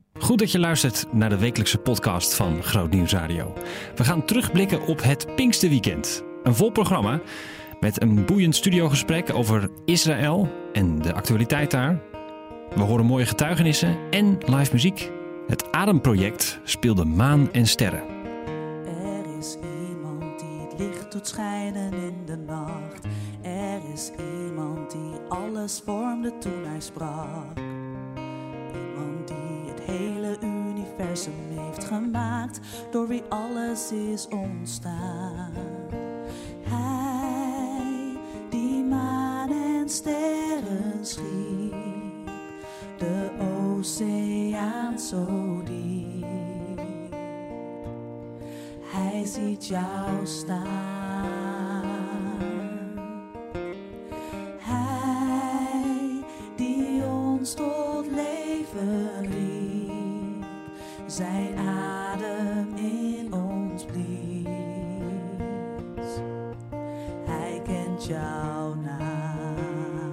Goed dat je luistert naar de wekelijkse podcast van Groot Nieuws Radio. We gaan terugblikken op het Pinksterweekend. Een vol programma met een boeiend studiogesprek over Israël en de actualiteit daar. We horen mooie getuigenissen en live muziek. Het Ademproject speelde maan en sterren. Er is iemand die het licht doet schijnen in de nacht. Er is iemand die alles vormde toen hij sprak. Iemand die het hele universum heeft gemaakt, door wie alles is ontstaan. Hij die maan en sterren schiep, de oceaan zo diep. Hij ziet jou staan. Hij die ons tot leven riep, zijn adem in ons blies. Hij kent jouw naam.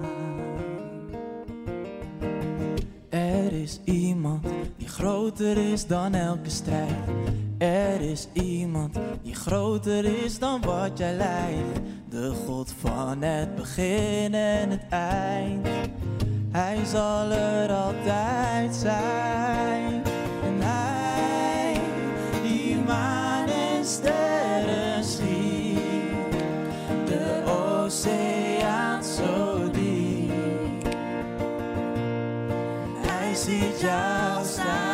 Er is iemand die groter is dan elke strijd. Er is iemand die groter is dan wat jij lijdt. De God van het begin en het eind. Hij zal er altijd zijn. En hij die maan en sterren schiep, de oceaan zo diep. Hij ziet jou staan.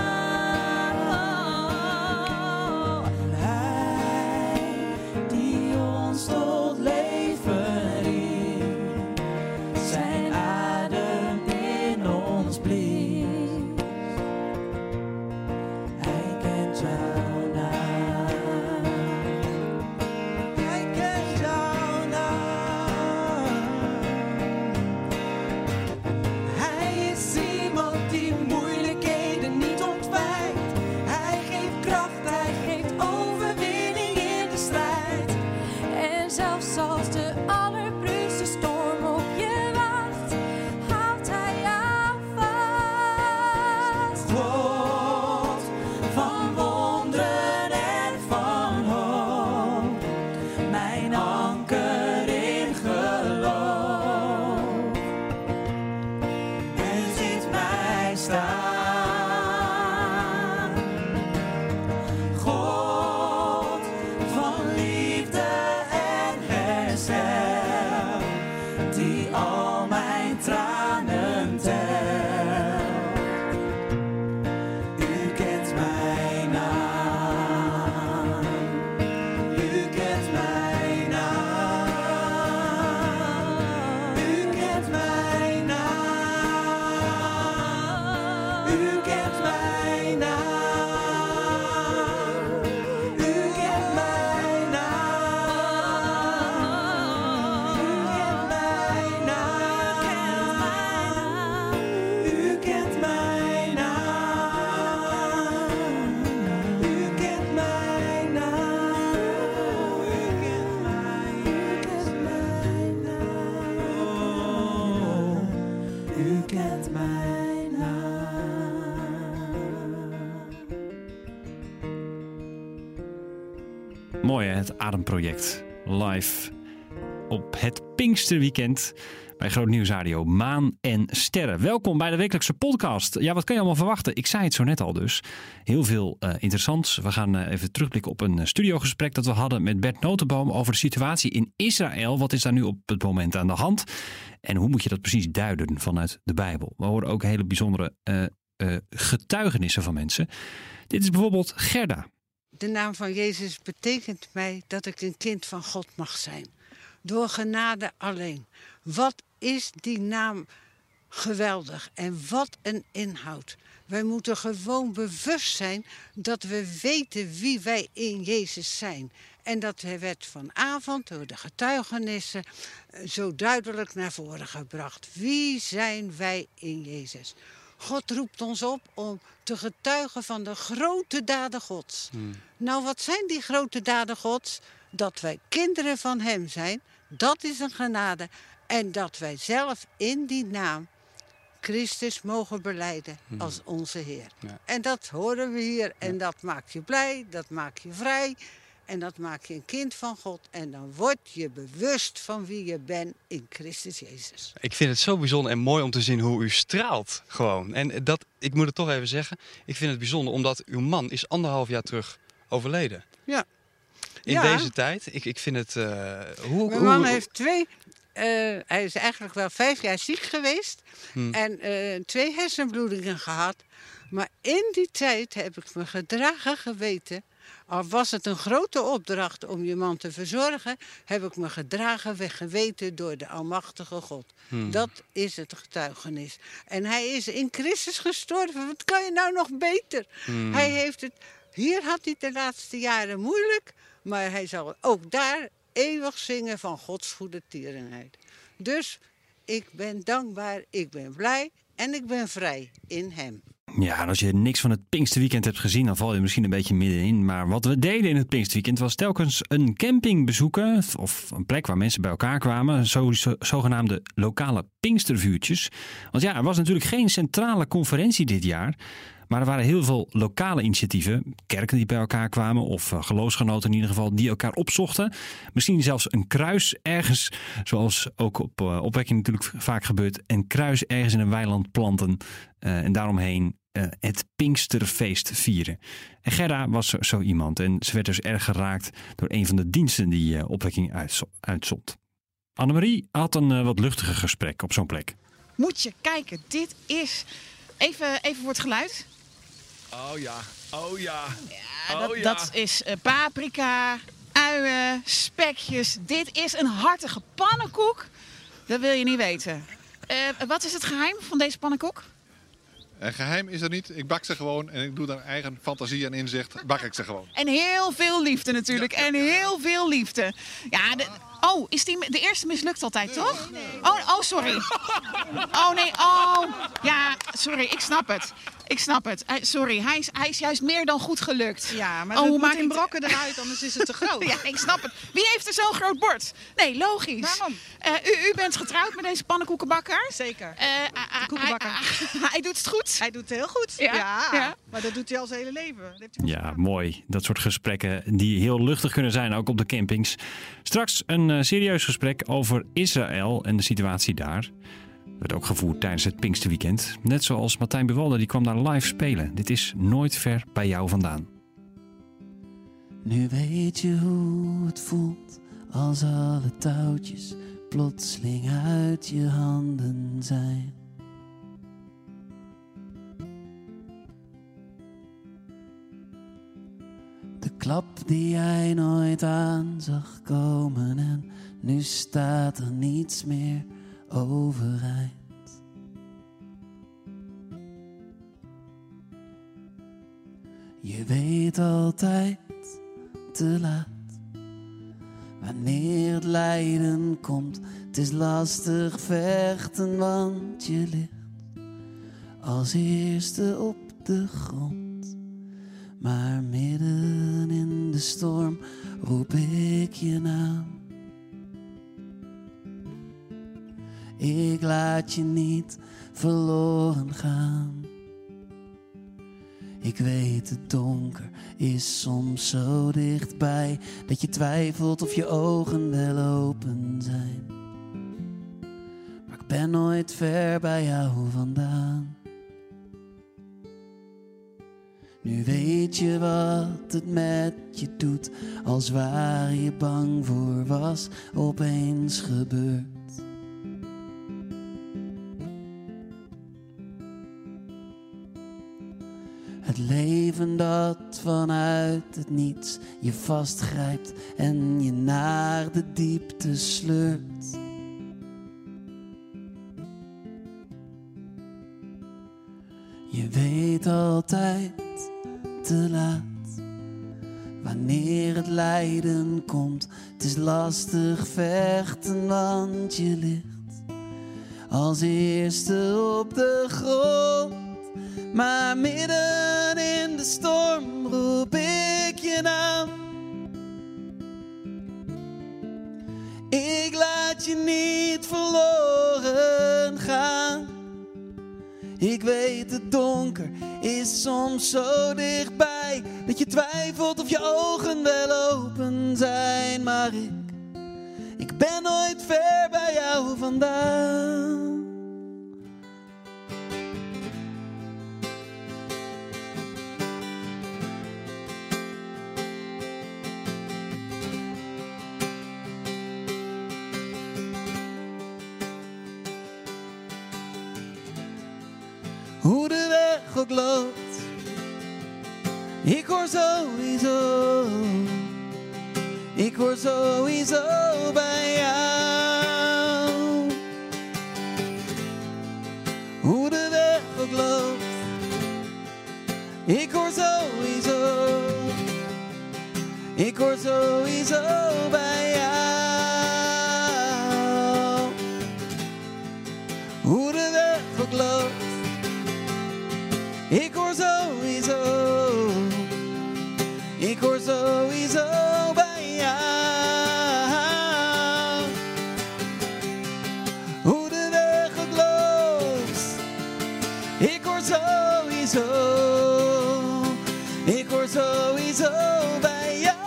Mooi, hè? Het Ademproject. Live op het Pinksterweekend bij Groot Nieuws Radio. Maan en sterren. Welkom bij de wekelijkse podcast. Ja, wat kan je allemaal verwachten? Ik zei het zo net al dus. Heel veel interessants. We gaan even terugblikken op een studiogesprek dat we hadden met Bert Notenboom over de situatie in Israël. Wat is daar nu op het moment aan de hand? En hoe moet je dat precies duiden vanuit de Bijbel? We horen ook hele bijzondere getuigenissen van mensen. Dit is bijvoorbeeld Gerda. De naam van Jezus betekent mij dat ik een kind van God mag zijn. Door genade alleen. Wat is die naam geweldig en wat een inhoud. Wij moeten gewoon bewust zijn dat we weten wie wij in Jezus zijn. En dat werd vanavond door de getuigenissen zo duidelijk naar voren gebracht. Wie zijn wij in Jezus? God roept ons op om te getuigen van de grote daden Gods. Nou, wat zijn die grote daden Gods? Dat wij kinderen van Hem zijn, dat is een genade. En dat wij zelf in die naam Christus mogen belijden als onze Heer. Ja. En dat horen we hier. En dat maakt je blij, dat maakt je vrij. En dat maakt je een kind van God. En dan word je bewust van wie je bent in Christus Jezus. Ik vind het zo bijzonder en mooi om te zien hoe u straalt gewoon. En dat, ik moet het toch even zeggen, ik vind het bijzonder omdat uw man is 1,5 jaar terug overleden. Ja. In deze tijd. Ik vind het... Mijn man heeft hij is eigenlijk wel 5 jaar ziek geweest. En 2 hersenbloedingen gehad. Maar in die tijd heb ik me gedragen geweten. Al was het een grote opdracht om je man te verzorgen, heb ik me gedragen geweten door de Almachtige God. Dat is het getuigenis. En hij is in Christus gestorven. Wat kan je nou nog beter? Hij heeft het... Hier had hij de laatste jaren moeilijk, maar hij zal ook daar eeuwig zingen van Gods goede tierenheid. Dus ik ben dankbaar, ik ben blij en ik ben vrij in hem. Ja, en als je niks van het Pinksterweekend hebt gezien, dan val je misschien een beetje middenin. Maar wat we deden in het Pinksterweekend was telkens een camping bezoeken. Of een plek waar mensen bij elkaar kwamen. Zogenaamde lokale Pinkstervuurtjes. Want ja, er was natuurlijk geen centrale conferentie dit jaar. Maar er waren heel veel lokale initiatieven. Kerken die bij elkaar kwamen. Of geloofsgenoten in ieder geval die elkaar opzochten. Misschien zelfs een kruis ergens. Zoals ook op opwekking natuurlijk vaak gebeurt. Een kruis ergens in een weiland planten. En daaromheen het Pinksterfeest vieren. En Gerda was zo iemand. En ze werd dus erg geraakt door een van de diensten die opwekking uitzond. Annemarie had een wat luchtiger gesprek op zo'n plek. Moet je kijken, dit is... Even voor het geluid. Oh ja, oh ja. Dat is paprika, uien, spekjes. Dit is een hartige pannenkoek. Dat wil je niet weten. Wat is het geheim van deze pannenkoek? Een geheim is er niet. Ik bak ze gewoon en ik doe daar eigen fantasie en inzicht. Bak ik ze gewoon. En heel veel liefde natuurlijk. En heel veel liefde. Ja, is de eerste mislukt altijd, toch? Nee. Oh, sorry. Oh, nee. Oh, ja, sorry. Ik snap het. Sorry, hij is juist meer dan goed gelukt. Ja, maar hoe maak je brokken eruit, anders is het te groot. Ja, ik snap het. Wie heeft er zo'n groot bord? Nee, logisch. Waarom? U bent getrouwd met deze pannenkoekenbakker? Zeker. Koekenbakker. Hij doet het goed? Hij doet het heel goed. Ja. Maar dat doet hij al zijn hele leven. Ja, mooi. Dat soort gesprekken die heel luchtig kunnen zijn, ook op de campings. Straks een serieus gesprek over Israël en de situatie daar. Werd ook gevoerd tijdens het Pinksterweekend. Net zoals Martijn Buwalda, die kwam daar live spelen. Dit is Nooit ver bij jou vandaan. Nu weet je hoe het voelt als alle touwtjes plotseling uit je handen zijn. De klap die jij nooit aan zag komen en nu staat er niets meer overeind. Je weet altijd te laat wanneer het lijden komt. Het is lastig vechten, want je ligt als eerste op de grond. Maar midden in de storm roep ik je naam. Ik laat je niet verloren gaan. Ik weet het donker is soms zo dichtbij dat je twijfelt of je ogen wel open zijn. Maar ik ben nooit ver bij jou vandaan. Nu weet je wat het met je doet als waar je bang voor was opeens gebeurt. Het leven dat vanuit het niets je vastgrijpt en je naar de diepte sleurt. Je weet altijd te laat wanneer het lijden komt. Het is lastig vechten, want je ligt als eerste op de grond. Maar midden in de storm roep ik je naam. Ik laat je niet verloren gaan. Ik weet het donker is soms zo dichtbij, dat je twijfelt of je ogen wel open zijn. Maar ik ben nooit ver bij jou vandaan. Hoe de weg ook loopt, ik hoor sowieso bij jou. Hoe de weg ook loopt, ik hoor sowieso bij jou. Hoe de weg ook loopt, ik hoor sowieso bij jou. Hoe de weg ook loopt, ik hoor sowieso bij jou.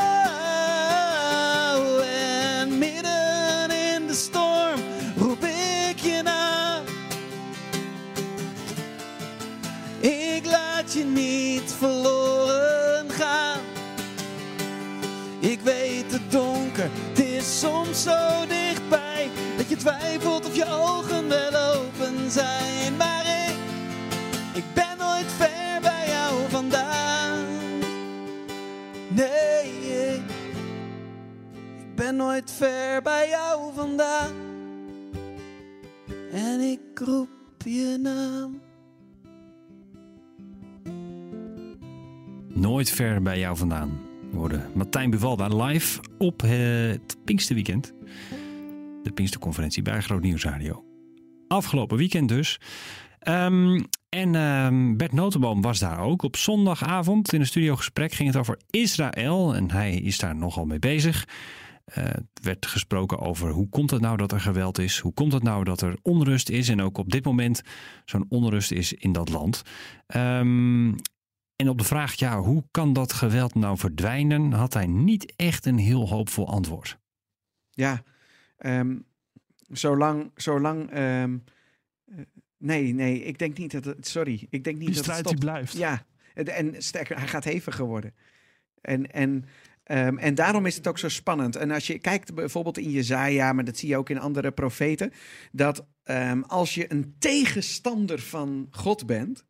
En midden in de storm roep ik je naam. Ik laat je niet verloren gaan. Ik weet het donker, het is soms zo dichtbij, dat je twijfelt of je ogen wel open zijn. Maar ik ben nooit ver bij jou vandaan. Nee, ik ben nooit ver bij jou vandaan. En ik roep je naam. Nooit ver bij jou vandaan. We hoorden Martijn Buwalda live op het Pinksterweekend. De Pinksterconferentie bij Groot Nieuws Radio. Afgelopen weekend dus. Bert Notenboom was daar ook. Op zondagavond in een studiogesprek ging het over Israël. En hij is daar nogal mee bezig. Het werd gesproken over hoe komt het nou dat er geweld is? Hoe komt het nou dat er onrust is? En ook op dit moment zo'n onrust is in dat land. En op de vraag, hoe kan dat geweld nou verdwijnen? Had hij niet echt een heel hoopvol antwoord. Ja, zolang nee, ik denk niet dat het... Sorry, ik denk niet die dat het strijd stopt. die blijft. Ja, en sterker, hij gaat heviger worden. En daarom is het ook zo spannend. En als je kijkt bijvoorbeeld in Jesaja, maar dat zie je ook in andere profeten, dat als je een tegenstander van God bent,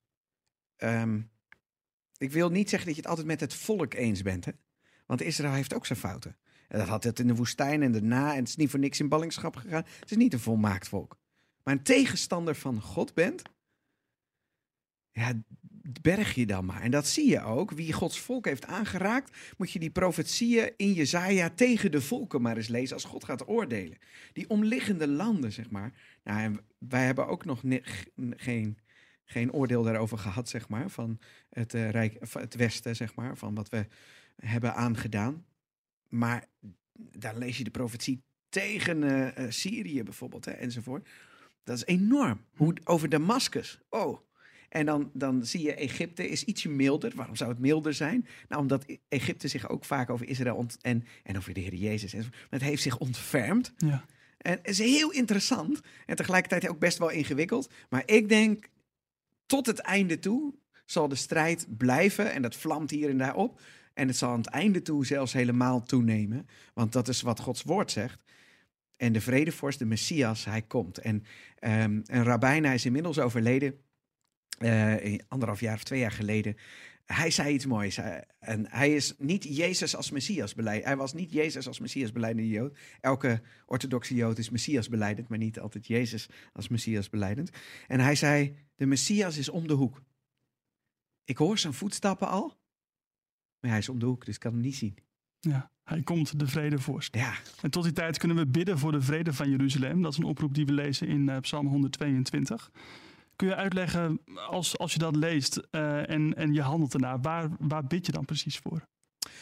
ik wil niet zeggen dat je het altijd met het volk eens bent, hè? Want Israël heeft ook zijn fouten. En dat had het in de woestijn en daarna, en het is niet voor niks in ballingschap gegaan. Het is niet een volmaakt volk. Maar een tegenstander van God bent, ja, berg je dan maar. En dat zie je ook. Wie Gods volk heeft aangeraakt, moet je die profetieën in Jesaja tegen de volken maar eens lezen als God gaat oordelen. Die omliggende landen, zeg maar. Nou, en wij hebben ook nog geen oordeel daarover gehad, zeg maar, van het Rijk, van het Westen, zeg maar, van wat we hebben aangedaan. Maar daar lees je de profetie tegen Syrië bijvoorbeeld, hè, enzovoort. Dat is enorm. Over Damascus. Oh. En dan zie je Egypte is ietsje milder. Waarom zou het milder zijn? Nou, omdat Egypte zich ook vaak over Israël en over de Heer Jezus. Maar het heeft zich ontfermd. Ja. En het is heel interessant. En tegelijkertijd ook best wel ingewikkeld. Maar ik denk, tot het einde toe zal de strijd blijven. En dat vlamt hier en daar op. En het zal aan het einde toe zelfs helemaal toenemen. Want dat is wat Gods woord zegt. En de vredevorst, de Messias, hij komt. En Rabbijn, hij is inmiddels overleden. 1,5 jaar of 2 jaar geleden. Hij zei iets moois. En hij is niet Jezus als Messias beleid. Hij was niet Jezus als Messias belijdende Jood. Elke orthodoxe Jood is Messias belijdend, maar niet altijd Jezus als Messias belijdend. En hij zei, de Messias is om de hoek. Ik hoor zijn voetstappen al, maar hij is om de hoek, dus ik kan hem niet zien. Ja, hij komt, de vredevorst. Ja. En tot die tijd kunnen we bidden voor de vrede van Jeruzalem. Dat is een oproep die we lezen in Psalm 122. Kun je uitleggen, als je dat leest en je handelt ernaar, waar bid je dan precies voor?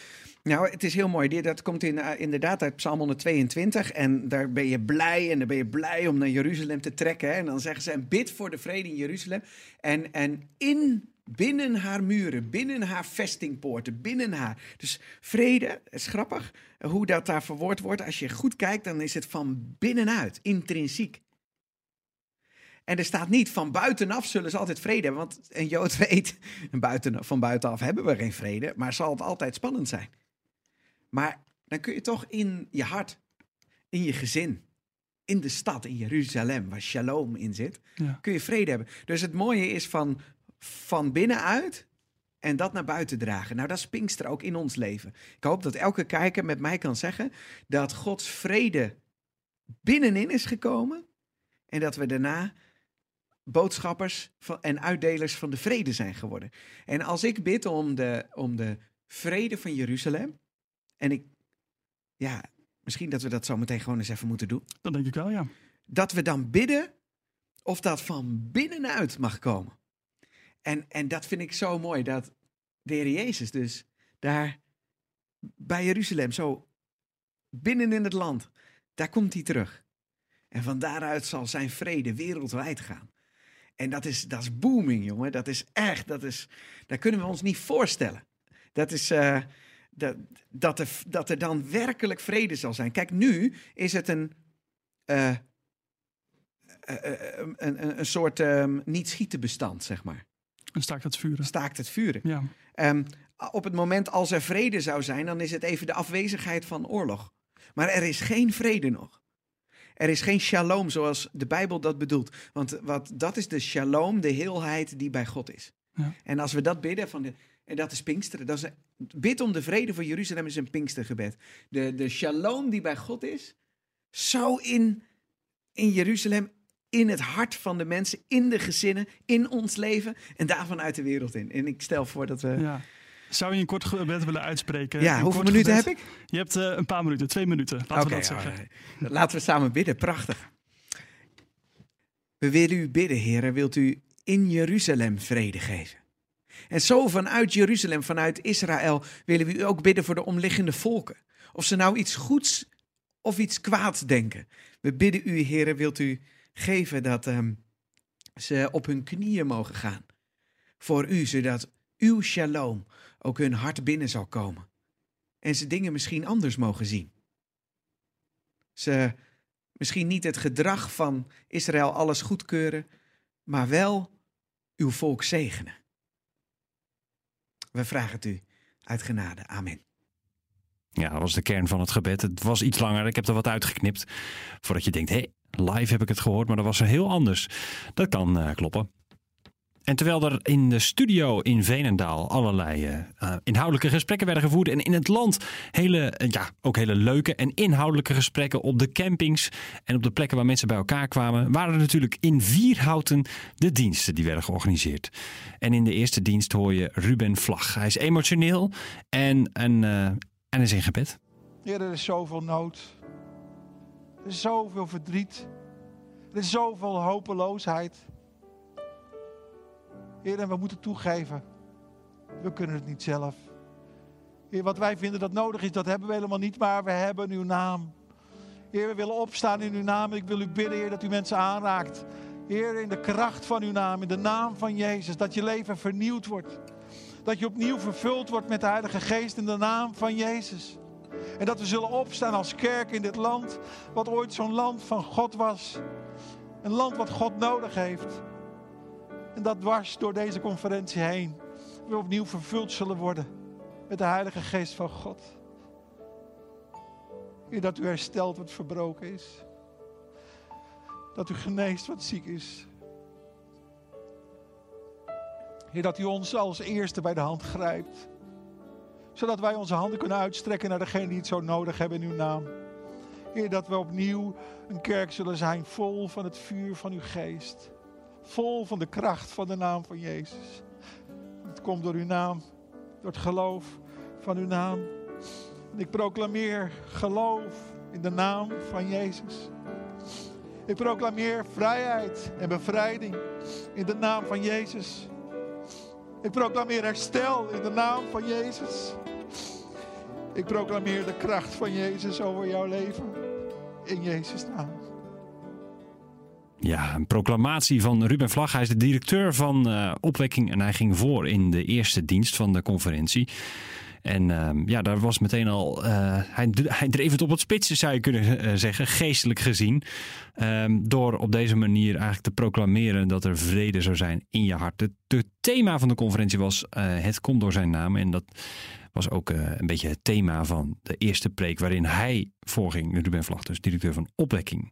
Nou, het is heel mooi. Dat komt inderdaad uit Psalm 122. En daar ben je blij. En dan ben je blij om naar Jeruzalem te trekken. Hè? En dan zeggen ze, en bid voor de vrede in Jeruzalem. En binnen haar muren, binnen haar vestingpoorten, binnen haar. Dus vrede, het is grappig hoe dat daar verwoord wordt. Als je goed kijkt, dan is het van binnenuit, intrinsiek. En er staat niet, van buitenaf zullen ze altijd vrede hebben. Want een Jood weet, van buitenaf hebben we geen vrede. Maar zal het altijd spannend zijn. Maar dan kun je toch in je hart, in je gezin, in de stad, in Jeruzalem, waar shalom in zit, kun je vrede hebben. Dus het mooie is van binnenuit en dat naar buiten dragen. Nou, dat is Pinkster ook in ons leven. Ik hoop dat elke kijker met mij kan zeggen dat Gods vrede binnenin is gekomen en dat we daarna boodschappers en uitdelers van de vrede zijn geworden. En als ik bid om de vrede van Jeruzalem, en misschien dat we dat zo meteen gewoon eens even moeten doen. Dat denk ik wel, ja. Dat we dan bidden of dat van binnenuit mag komen. En dat vind ik zo mooi, dat de Heer Jezus dus daar bij Jeruzalem, zo binnen in het land, daar komt hij terug. En van daaruit zal zijn vrede wereldwijd gaan. En dat is booming, jongen. Dat is echt, dat kunnen we ons niet voorstellen. Dat is dat er dan werkelijk vrede zal zijn. Kijk, nu is het een soort niet-schieten bestand, zeg maar. Een staakt het vuren. Ja. Op het moment als er vrede zou zijn, dan is het even de afwezigheid van oorlog. Maar er is geen vrede nog. Er is geen shalom zoals de Bijbel dat bedoelt. Want dat is de shalom, de heelheid die bij God is. Ja. En als we dat bidden, en dat is Pinksteren. Bid om de vrede voor Jeruzalem is een Pinkstergebed. De shalom die bij God is, zo in Jeruzalem, in het hart van de mensen, in de gezinnen, in ons leven en daarvan uit de wereld in. En ik stel voor dat we... Ja. Zou je een kort gebed willen uitspreken? Ja, hoeveel minuten heb ik? Je hebt een paar minuten, 2 minuten. Laten we dat zeggen. Laten we samen bidden, prachtig. We willen u bidden, Heer, wilt u in Jeruzalem vrede geven. En zo vanuit Jeruzalem, vanuit Israël, willen we u ook bidden voor de omliggende volken. Of ze nou iets goeds of iets kwaads denken. We bidden u, Heer, wilt u geven dat ze op hun knieën mogen gaan. Voor u, zodat uw shalom ook hun hart binnen zal komen. En ze dingen misschien anders mogen zien. Ze misschien niet het gedrag van Israël alles goedkeuren, maar wel uw volk zegenen. We vragen het u uit genade. Amen. Ja, dat was de kern van het gebed. Het was iets langer. Ik heb er wat uitgeknipt. Voordat je denkt, live heb ik het gehoord, maar dat was heel anders. Dat kan kloppen. En terwijl er in de studio in Veenendaal allerlei inhoudelijke gesprekken werden gevoerd. En in het land ook hele leuke en inhoudelijke gesprekken op de campings. En op de plekken waar mensen bij elkaar kwamen. Waren er natuurlijk in Vierhouten de diensten die werden georganiseerd. En in de eerste dienst hoor je Ruben Vlag. Hij is emotioneel en is in gebed. Heer, er is zoveel nood. Er is zoveel verdriet. Er is zoveel hopeloosheid. Heer, en we moeten toegeven. We kunnen het niet zelf. Heer, wat wij vinden dat nodig is, dat hebben we helemaal niet, maar we hebben uw naam. Heer, we willen opstaan in uw naam. Ik wil u bidden, Heer, dat u mensen aanraakt. Heer, in de kracht van uw naam, in de naam van Jezus, dat je leven vernieuwd wordt. Dat je opnieuw vervuld wordt met de Heilige Geest in de naam van Jezus. En dat we zullen opstaan als kerk in dit land, wat ooit zo'n land van God was. Een land wat God nodig heeft. En dat dwars door deze conferentie heen we opnieuw vervuld zullen worden met de Heilige Geest van God. Heer, dat u herstelt wat verbroken is. Dat u geneest wat ziek is. Heer, dat u ons als eerste bij de hand grijpt. Zodat wij onze handen kunnen uitstrekken naar degenen die het zo nodig hebben in uw naam. Heer, dat we opnieuw een kerk zullen zijn vol van het vuur van uw geest. Vol van de kracht van de naam van Jezus. Het komt door uw naam, door het geloof van uw naam. En ik proclameer geloof in de naam van Jezus. Ik proclameer vrijheid en bevrijding in de naam van Jezus. Ik proclameer herstel in de naam van Jezus. Ik proclameer de kracht van Jezus over jouw leven. In Jezus' naam. Ja, een proclamatie van Ruben Vlag. Hij is de directeur van Opwekking en hij ging voor in de eerste dienst van de conferentie. En daar was meteen al... Hij dreef het op het spitsen, zou je kunnen zeggen, geestelijk gezien. Door op deze manier eigenlijk te proclameren dat er vrede zou zijn in je hart. Het thema van de conferentie was het komt door zijn naam. En dat was ook een beetje het thema van de eerste preek waarin hij voorging. Ruben Vlag, dus directeur van Opwekking.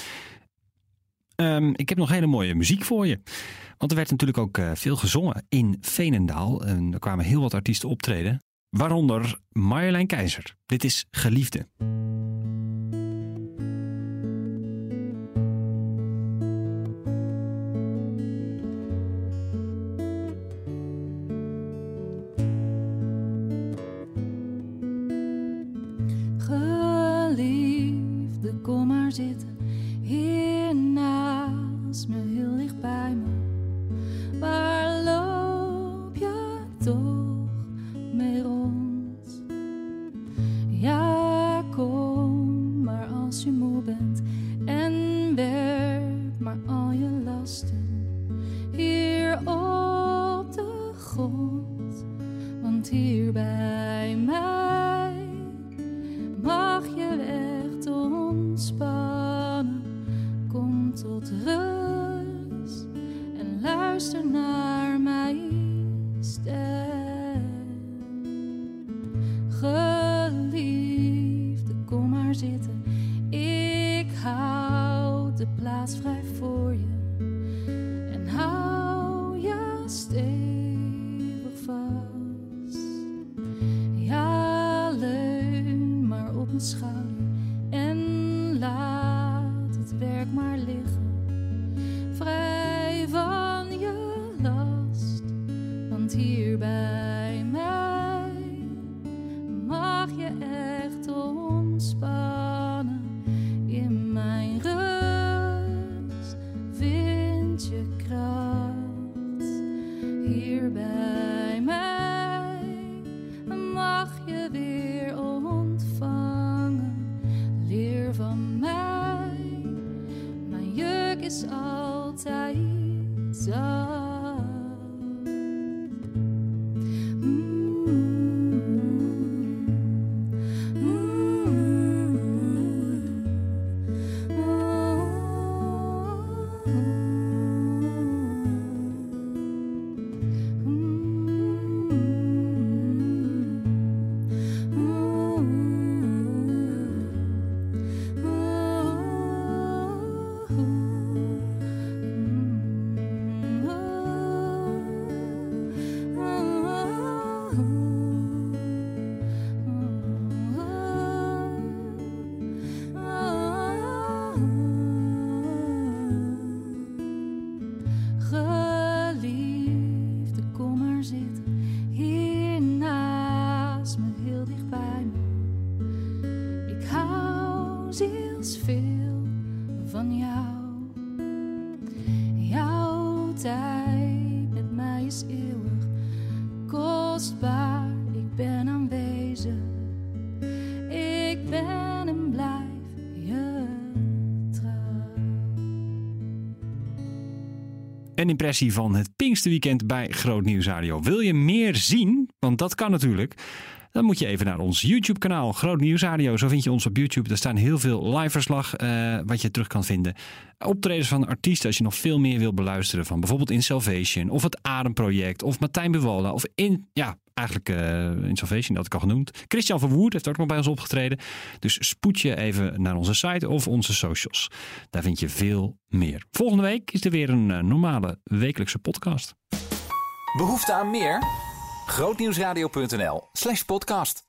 Ik heb nog hele mooie muziek voor je. Want er werd natuurlijk ook veel gezongen in Veenendaal. En er kwamen heel wat artiesten optreden. Waaronder Marjolein Keizer. Dit is Geliefde. Geliefde, kom maar zitten. Hier naast me, heel dicht bij me. Waar loop je toch mee rond? Ja, kom maar als je moe bent. En werp maar al je lasten hier op de grond. Want hier bij mij mag je echt ontspannen. Kom tot rust en luister naar mijn stem. Geliefde, kom maar zitten. Ik houd de plaats vrij voor je. En hou je stevig vast. Ja, leun maar op mijn schouder. En laat het werk maar liggen. Vrij van je last. Want hier bij mij mag je echt ontspannen. In mijn rust vind je kracht. Hier bij mij mag je weer ontvangen. Leer van mij, mijn juk is altijd zacht. Geliefde, kom maar zitten. Hier naast me, heel dicht bij me. Ik hou zielsveel van jou. Jouw tijd met mij is eeuwig kostbaar. Ik ben aanwezig. Ik ben en blijf je trouw. Een impressie van het Pinksterweekend bij Groot Nieuws Radio. Wil je meer zien? Want dat kan natuurlijk. Dan moet je even naar ons YouTube-kanaal Groot Nieuws Radio. Zo vind je ons op YouTube. Er staan heel veel live verslag wat je terug kan vinden. Optredens van artiesten als je nog veel meer wil beluisteren. Van bijvoorbeeld In Salvation of het Ademproject of Martijn Buwalda. Of In Salvation, dat had ik al genoemd. Christian Verwoerd heeft ook nog bij ons opgetreden. Dus spoed je even naar onze site of onze socials. Daar vind je veel meer. Volgende week is er weer een normale wekelijkse podcast. Behoefte aan meer? Grootnieuwsradio.nl/podcast